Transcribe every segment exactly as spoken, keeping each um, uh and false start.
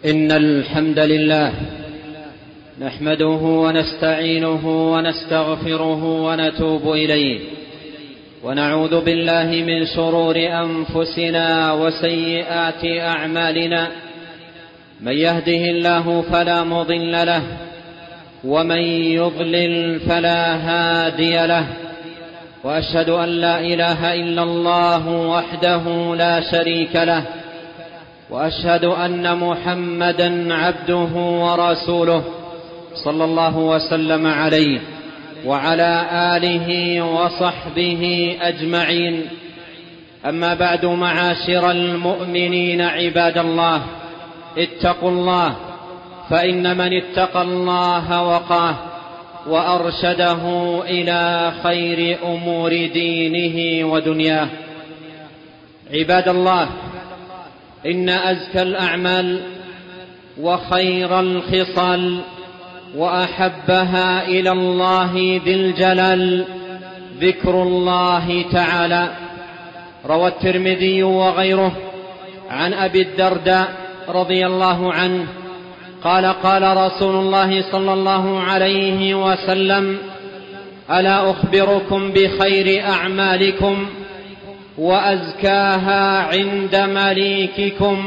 إن الحمد لله نحمده ونستعينه ونستغفره ونتوب إليه، ونعوذ بالله من شرور أنفسنا وسيئات أعمالنا. من يهده الله فلا مضل له، ومن يضلل فلا هادي له. وأشهد أن لا إله إلا الله وحده لا شريك له، وأشهد أن محمدًا عبده ورسوله صلى الله وسلم عليه وعلى آله وصحبه أجمعين. أما بعد، معاشر المؤمنين عباد الله، اتقوا الله، فإن من اتقى الله وقاه وأرشده إلى خير أمور دينه ودنياه. عباد الله، إن أزكى الأعمال وخير الخصال وأحبها إلى الله ذي الجلال ذكر الله تعالى. روى الترمذي وغيره عن أبي الدرداء رضي الله عنه قال: قال رسول الله صلى الله عليه وسلم: ألا أخبركم بخير أعمالكم وأزكاها عند مليككم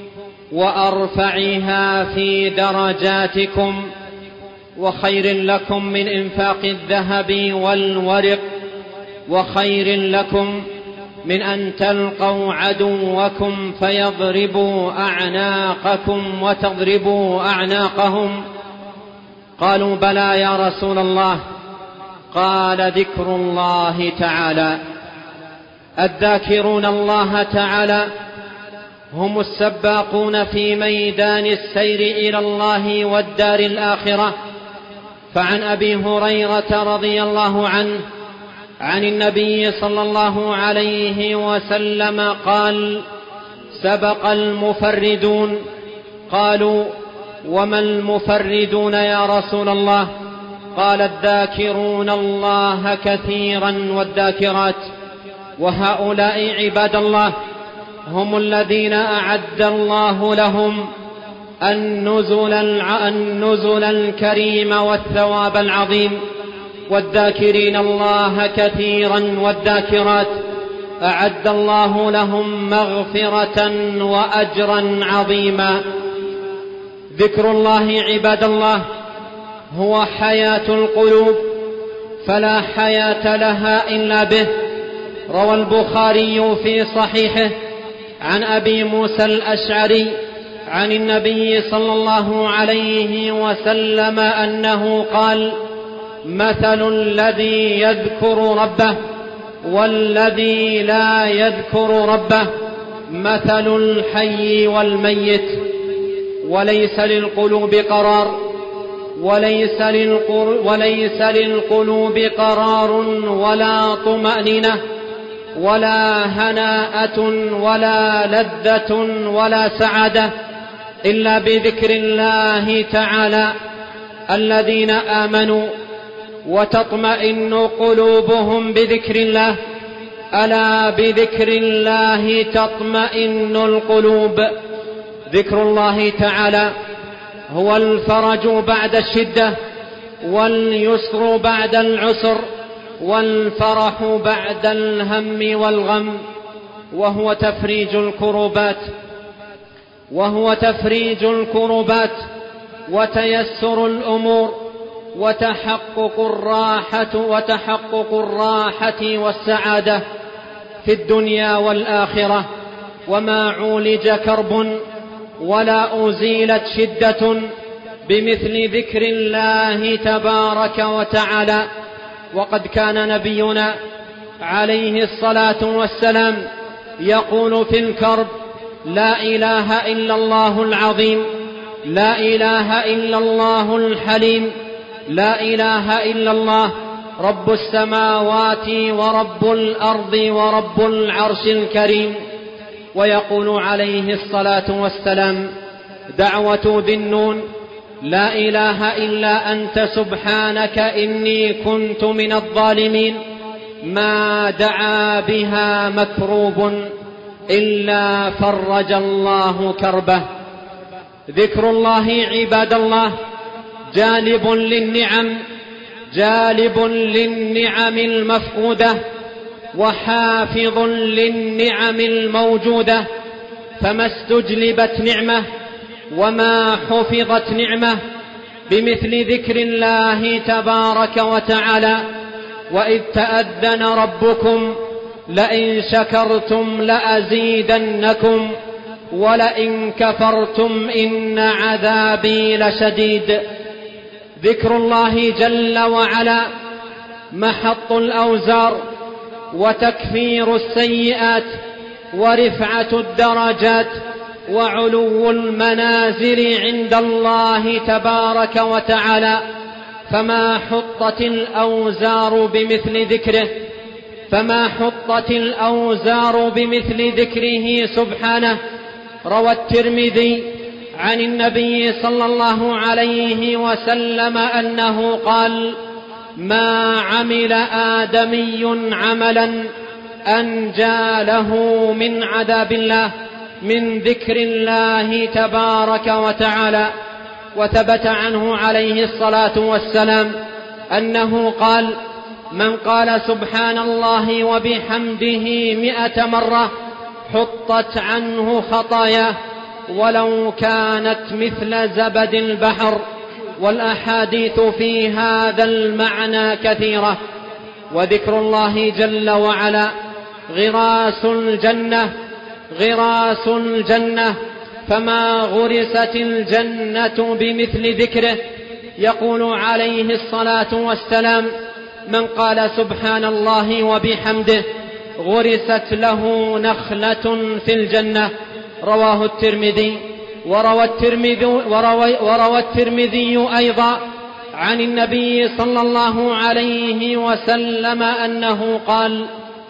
وأرفعها في درجاتكم، وخير لكم من إنفاق الذهب والورق، وخير لكم من أن تلقوا عدوكم فيضربوا أعناقكم وتضربوا أعناقهم. قالوا: بلى يا رسول الله. قال: ذكر الله تعالى. الذاكرون الله تعالى هم السباقون في ميدان السير إلى الله والدار الآخرة. فعن أبي هريرة رضي الله عنه عن النبي صلى الله عليه وسلم قال: سبق المفردون. قالوا: وما المفردون يا رسول الله؟ قال: الذاكرون الله كثيرا والذاكرات. وهؤلاء عباد الله هم الذين أعد الله لهم النزل, النزل الكريم والثواب العظيم. والذاكرين الله كثيرا والذاكرات أعد الله لهم مغفرة وأجرا عظيما. ذكر الله عباد الله هو حياة القلوب، فلا حياة لها إلا به. روى البخاري في صحيحه عن أبي موسى الأشعري عن النبي صلى الله عليه وسلم أنه قال: مثل الذي يذكر ربه والذي لا يذكر ربه مثل الحي والميت. وليس للقلوب قرار وليس, وليس للقلوب قرار ولا طمأنينة ولا هناءة ولا لذة ولا سعادة إلا بذكر الله تعالى. الذين آمنوا وتطمئن قلوبهم بذكر الله، ألا بذكر الله تطمئن القلوب. ذكر الله تعالى هو الفرج بعد الشدة، واليسر بعد العسر، والفرح بعد الهم والغم، وهو تفريج الكروبات وهو تفريج الكروبات وتيسر الأمور وتحقق الراحة وتحقق الراحة والسعادة في الدنيا والآخرة. وما عولج كرب ولا أزيلت شدة بمثل ذكر الله تبارك وتعالى. وقد كان نبينا عليه الصلاة والسلام يقول في الكرب: لا إله إلا الله العظيم، لا إله إلا الله الحليم، لا إله إلا الله رب السماوات ورب الأرض ورب العرش الكريم. ويقول عليه الصلاة والسلام: دعوة ذي النون: لا إله إلا أنت سبحانك إني كنت من الظالمين. ما دعا بها مكروب إلا فرج الله كربه. ذكر الله عباد الله جالب للنعم جالب للنعم المفقودة وحافظ للنعم الموجودة، فما استجلبت نعمة وما حفظت نعمة بمثل ذكر الله تبارك وتعالى. وإذ تأذن ربكم لئن شكرتم لأزيدنكم ولئن كفرتم إن عذابي لشديد. ذكر الله جل وعلا محط الأوزار وتكفير السيئات ورفعة الدرجات وعلو المنازل عند الله تبارك وتعالى، فما حطت الأوزار بمثل ذكره فما حطت الأوزار بمثل ذكره سبحانه. روى الترمذي عن النبي صلى الله عليه وسلم أنه قال: ما عمل آدمي عملا أنجى له من عذاب الله من ذكر الله تبارك وتعالى. وثبت عنه عليه الصلاة والسلام أنه قال: من قال سبحان الله وبحمده مئة مرة حطت عنه خطاياه ولو كانت مثل زبد البحر. والأحاديث في هذا المعنى كثيرة. وذكر الله جل وعلا غراس الجنة غراس الجنة فما غرست الجنة بمثل ذكره. يقول عليه الصلاة والسلام: من قال سبحان الله وبحمده غرست له نخلة في الجنة. رواه الترمذي. وروى الترمذي, وروى, وروى الترمذي أيضا عن النبي صلى الله عليه وسلم أنه قال: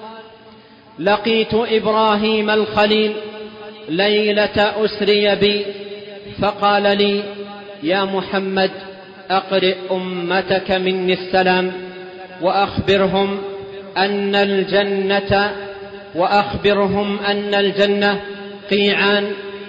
لقيت إبراهيم الخليل ليلة أسري بي فقال لي: يا محمد أقرئ أمتك مني السلام وأخبرهم أن الجنة وأخبرهم أن الجنة قيعان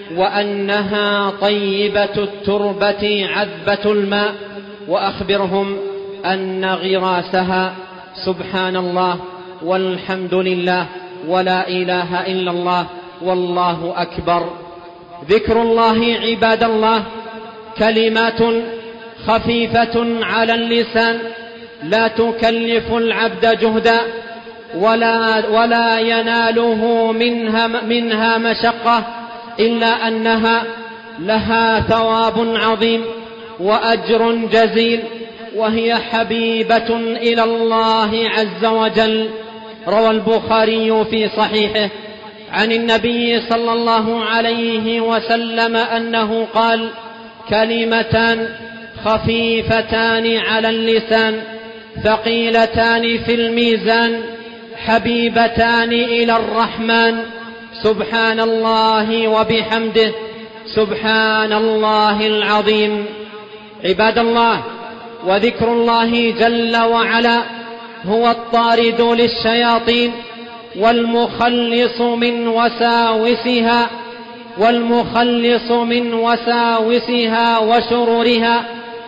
وأنها طيبة التربة عذبة الماء، وأخبرهم أن غراسها سبحان الله والحمد لله ولا إله إلا الله والله أكبر. ذكر الله عباد الله كلمات خفيفة على اللسان لا تكلف العبد جهدا ولا, ولا يناله منها, منها مشقة، إلا أنها لها ثواب عظيم وأجر جزيل، وهي حبيبة إلى الله عز وجل. روى البخاري في صحيحه عن النبي صلى الله عليه وسلم أنه قال: كلمتان خفيفتان على اللسان ثقيلتان في الميزان حبيبتان إلى الرحمن سبحان الله وبحمده سبحان الله العظيم. عباد الله، وذكر الله جل وعلا هو الطارد للشياطين والمخلص من وساوسها والمخلص من وساوسها وشرورها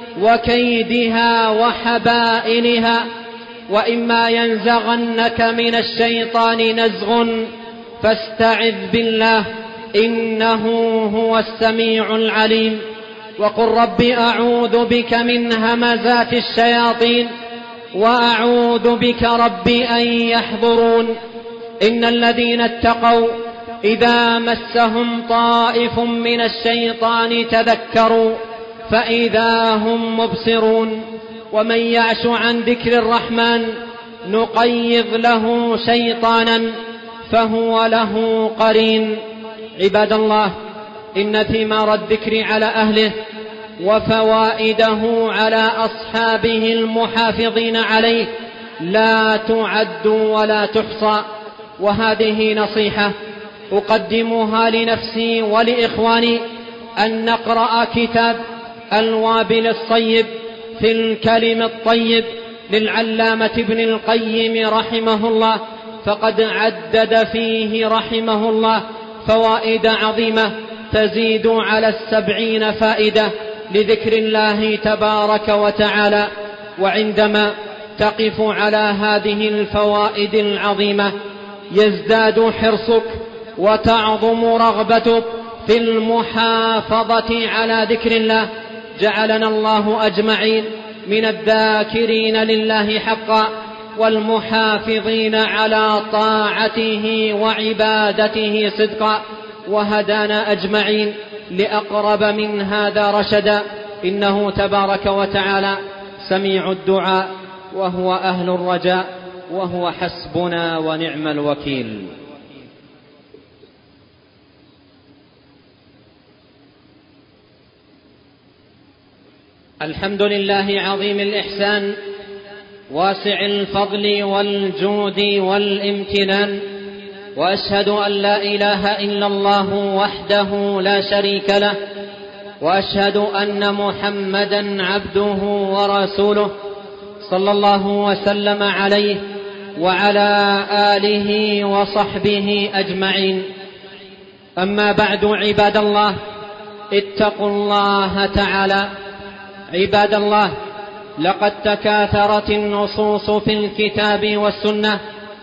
وكيدها وحبائلها. وإما ينزغنك من الشيطان نزغ فاستعذ بالله إنه هو السميع العليم. وقل رب أعوذ بك من همزات الشياطين وأعوذ بك رب أن يحضرون. إن الذين اتقوا إذا مسهم طائف من الشيطان تذكروا فإذا هم مبصرون. ومن يعش عن ذكر الرحمن نقيض له شيطانا فهو له قرين. عباد الله، إن ثمار الذكر على أهله وفوائده على أصحابه المحافظين عليه لا تعد ولا تحصى. وهذه نصيحة أقدمها لنفسي ولإخواني أن نقرأ كتاب الوابل الصيب في الكلم الطيب للعلامة ابن القيم رحمه الله، فقد عدد فيه رحمه الله فوائد عظيمة تزيد على السبعين فائدة لذكر الله تبارك وتعالى. وعندما تقف على هذه الفوائد العظيمة يزداد حرصك وتعظم رغبتك في المحافظة على ذكر الله. جعلنا الله أجمعين من الذاكرين لله حقا والمحافظين على طاعته وعبادته صدقا، وهدانا أجمعين لأقرب من هذا رشدا، إنه تبارك وتعالى سميع الدعاء وهو أهل الرجاء وهو حسبنا ونعم الوكيل. الحمد لله عظيم الإحسان واسع الفضل والجود والامتنان، وأشهد أن لا إله إلا الله وحده لا شريك له، وأشهد أن محمدا عبده ورسوله صلى الله وسلم عليه وعلى آله وصحبه أجمعين. أما بعد، عباد الله، اتقوا الله تعالى. عباد الله، لقد تكاثرت النصوص في الكتاب والسنة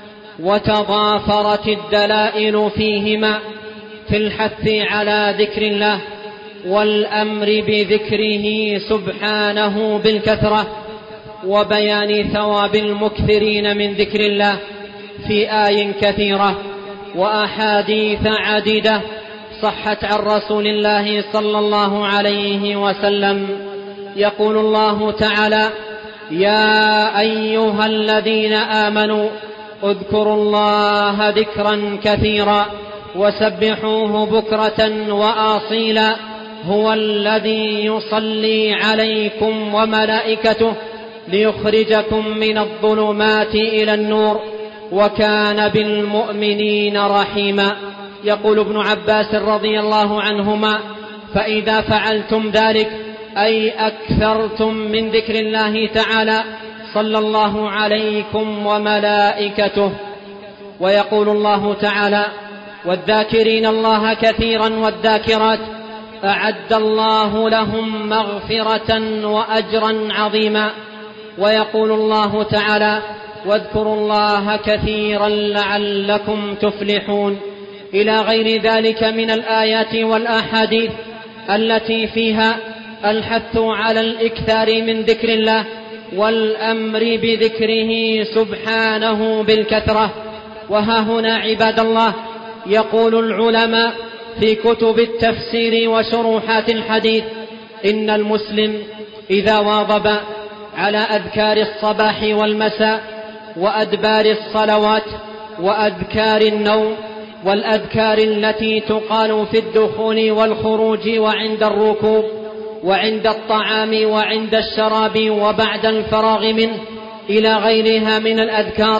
وتضافرت الدلائل فيهما في الحث على ذكر الله والأمر بذكره سبحانه بالكثرة، وبيان ثواب المكثرين من ذكر الله في آي كثيرة وأحاديث عديدة صحت عن رسول الله صلى الله عليه وسلم. يقول الله تعالى: يا أيها الذين آمنوا اذكروا الله ذكرا كثيرا وسبحوه بكرة وآصيلا هو الذي يصلي عليكم وملائكته ليخرجكم من الظلمات إلى النور وكان بالمؤمنين رحيما. يقول ابن عباس رضي الله عنهما: فإذا فعلتم ذلك أي أكثرتم من ذكر الله تعالى صلى الله عليكم وملائكته. ويقول الله تعالى: والذاكرين الله كثيرا والذاكرات أعد الله لهم مغفرة وأجرا عظيما. ويقول الله تعالى: واذكروا الله كثيرا لعلكم تفلحون، إلى غير ذلك من الآيات والأحاديث التي فيها الحث على الإكثار من ذكر الله والأمر بذكره سبحانه بالكثرة. وها هنا عباد الله يقول العلماء في كتب التفسير وشروحات الحديث: إن المسلم إذا واظب على أذكار الصباح والمساء وأدبار الصلوات وأذكار النوم والأذكار التي تقال في الدخول والخروج وعند الركوب وعند الطعام وعند الشراب وبعد الفراغ منه، إلى غيرها من الأذكار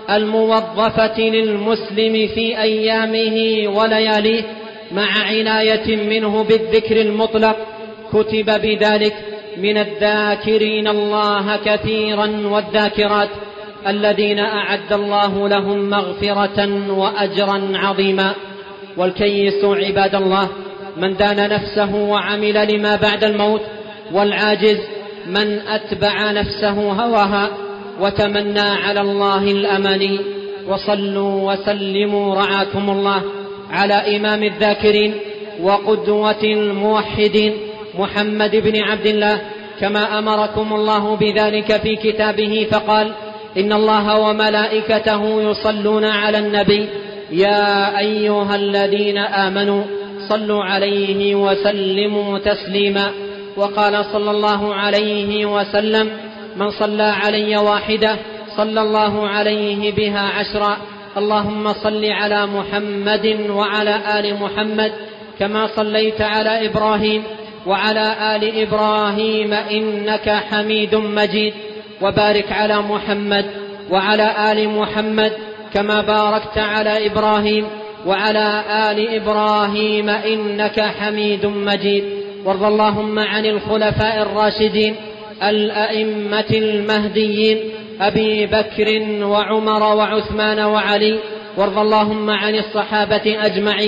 الموظفة للمسلم في أيامه ولياليه مع عناية منه بالذكر المطلق، كتب بذلك من الذاكرين الله كثيرا والذاكرات الذين أعد الله لهم مغفرة وأجرا عظيما. والكيس عباد الله من دان نفسه وعمل لما بعد الموت، والعاجز من أتبع نفسه هواها وتمنى على الله الأماني. وصلوا وسلموا رعاكم الله على إمام الذاكرين وقدوة الموحدين محمد بن عبد الله، كما أمركم الله بذلك في كتابه فقال: إن الله وملائكته يصلون على النبي يا أيها الذين آمنوا صلوا عليه وسلموا تسليما. وقال صلى الله عليه وسلم: من صلى علي واحدة صلى الله عليه بها عشرا. اللهم صل على محمد وعلى آل محمد كما صليت على إبراهيم وعلى آل إبراهيم إنك حميد مجيد، وبارك على محمد وعلى آل محمد كما باركت على إبراهيم وعلى آل إبراهيم إنك حميد مجيد. وارض اللهم عن الخلفاء الراشدين الأئمة المهديين أبي بكر وعمر وعثمان وعلي، وارض اللهم عن الصحابة أجمعين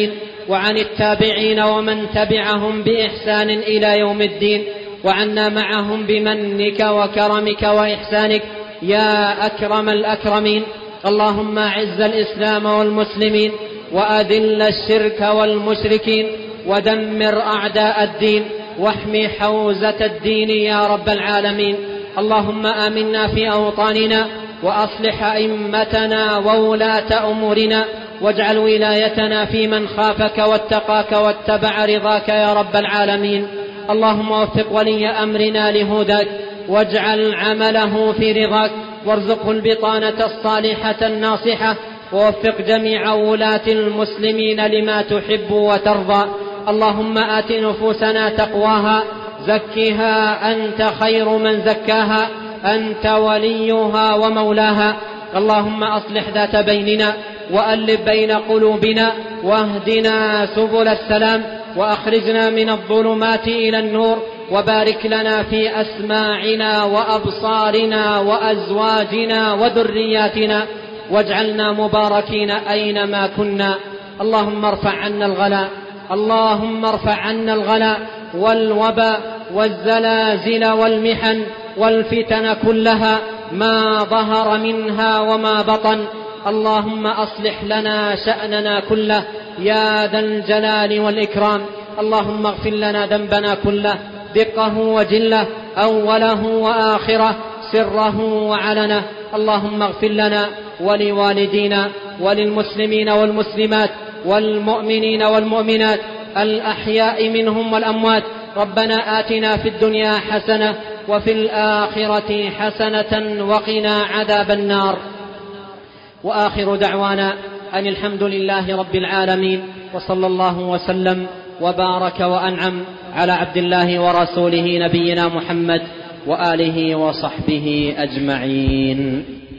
وعن التابعين ومن تبعهم بإحسان إلى يوم الدين، وعنا معهم بمنك وكرمك وإحسانك يا أكرم الأكرمين. اللهم أعز الإسلام والمسلمين، وأذل الشرك والمشركين، ودمر أعداء الدين، واحمي حوزة الدين يا رب العالمين. اللهم آمنا في أوطاننا، وأصلح أئمتنا وولاة أمورنا، واجعل ولايتنا في من خافك واتقاك واتبع رضاك يا رب العالمين. اللهم وفق ولي أمرنا لهداك، واجعل عمله في رضاك، وارزقه البطانة الصالحة الناصحة، ووفق جميع ولاة المسلمين لما تحب وترضى. اللهم آت نفوسنا تقواها، زكها أنت خير من زكاها، أنت وليها ومولاها. اللهم أصلح ذات بيننا، وألف بين قلوبنا، واهدنا سبل السلام، وأخرجنا من الظلمات إلى النور، وبارك لنا في أسماعنا وأبصارنا وأزواجنا وذرياتنا، واجعلنا مباركين أينما كنا. اللهم ارفع عنا الغلاء، اللهم ارفع عنا الغلاء والوباء والزلازل والمحن والفتن كلها ما ظهر منها وما بطن. اللهم أصلح لنا شأننا كله يا ذا الجلال والإكرام. اللهم اغفر لنا ذنبنا كله، دقه وجله، أوله وآخره، سره وعلنه. اللهم اغفر لنا ولوالدينا وللمسلمين والمسلمات والمؤمنين والمؤمنات الأحياء منهم والأموات. ربنا آتنا في الدنيا حسنة، وفي الآخرة حسنة، وقنا عذاب النار. وآخر دعوانا أن الحمد لله رب العالمين، وصلى الله وسلم وبارك وأنعم على عبد الله ورسوله نبينا محمد وآله وصحبه أجمعين.